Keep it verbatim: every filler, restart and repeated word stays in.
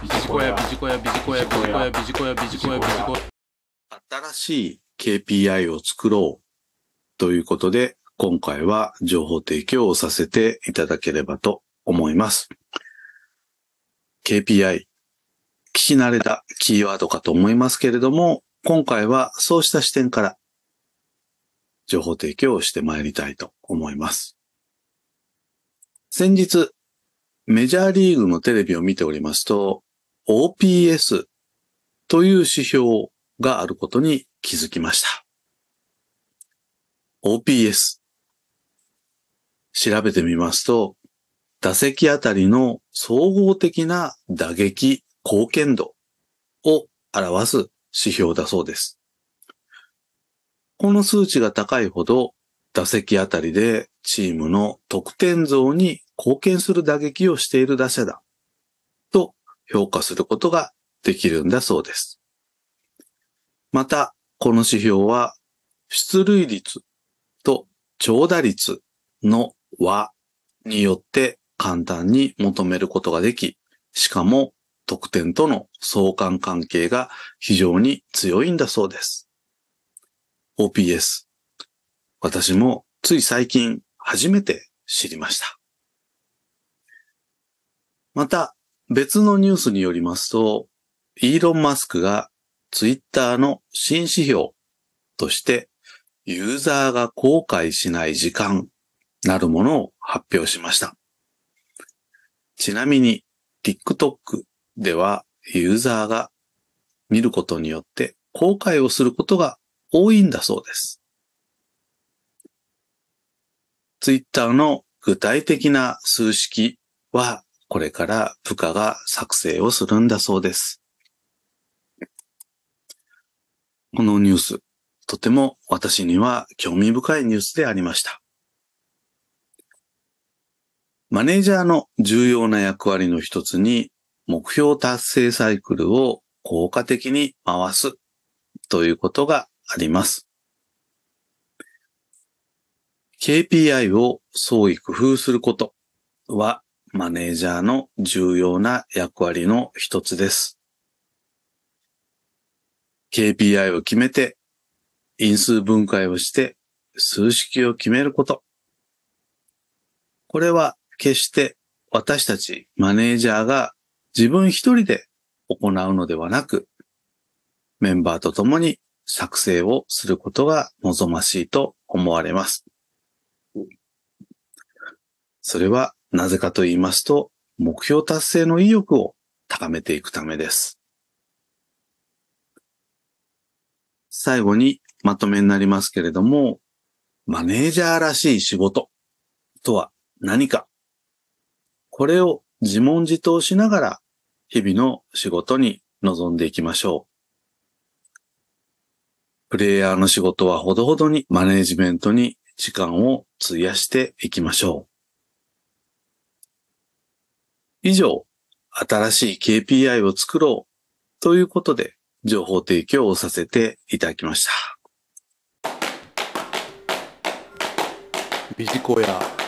ビジコヤビジコヤビジコヤビジコヤビジコヤビジコヤビジコヤ。 新しい ケーピーアイ を作ろうということで、今回は情報提供をさせていただければと思います。ケーピーアイ、聞き慣れたキーワードかと思いますけれども、今回はそうした視点から情報提供をしてまいりたいと思います。先日、メジャーリーグのテレビを見ておりますと、オーピーエス という指標があることに気づきました。オーピーエス。調べてみますと、打席あたりの総合的な打撃貢献度を表す指標だそうです。この数値が高いほど、打席あたりでチームの得点増に貢献する打撃をしている打者だと評価することができるんだそうです。また、この指標は出塁率と長打率の和によって簡単に求めることができ、しかも得点との相関関係が非常に強いんだそうです。オーピーエス。私もつい最近初めて知りました。また別のニュースによりますと、イーロン・マスクがツイッターの新指標としてユーザーが後悔しない時間なるものを発表しました。ちなみに TikTok ではユーザーが見ることによって後悔をすることが多いんだそうです。ツイッターの具体的な数式はこれから部下が作成をするんだそうです。このニュース、とても私には興味深いニュースでありました。マネージャーの重要な役割の一つに目標達成サイクルを効果的に回すということがあります。ケーピーアイ を創意工夫することはマネージャーの重要な役割の一つです。ケーピーアイ を決めて因数分解をして数式を決めること。これは決して私たちマネージャーが自分一人で行うのではなく、メンバーと共に作成をすることが望ましいと思われます。それはなぜかと言いますと、目標達成の意欲を高めていくためです。最後にまとめになりますけれども、マネージャーらしい仕事とは何か、これを自問自答しながら日々の仕事に臨んでいきましょう。プレイヤーの仕事はほどほどにマネージメントに時間を費やしていきましょう。以上、新しい ケーピーアイ を作ろうということで情報提供をさせていただきました。 ビジコヤ。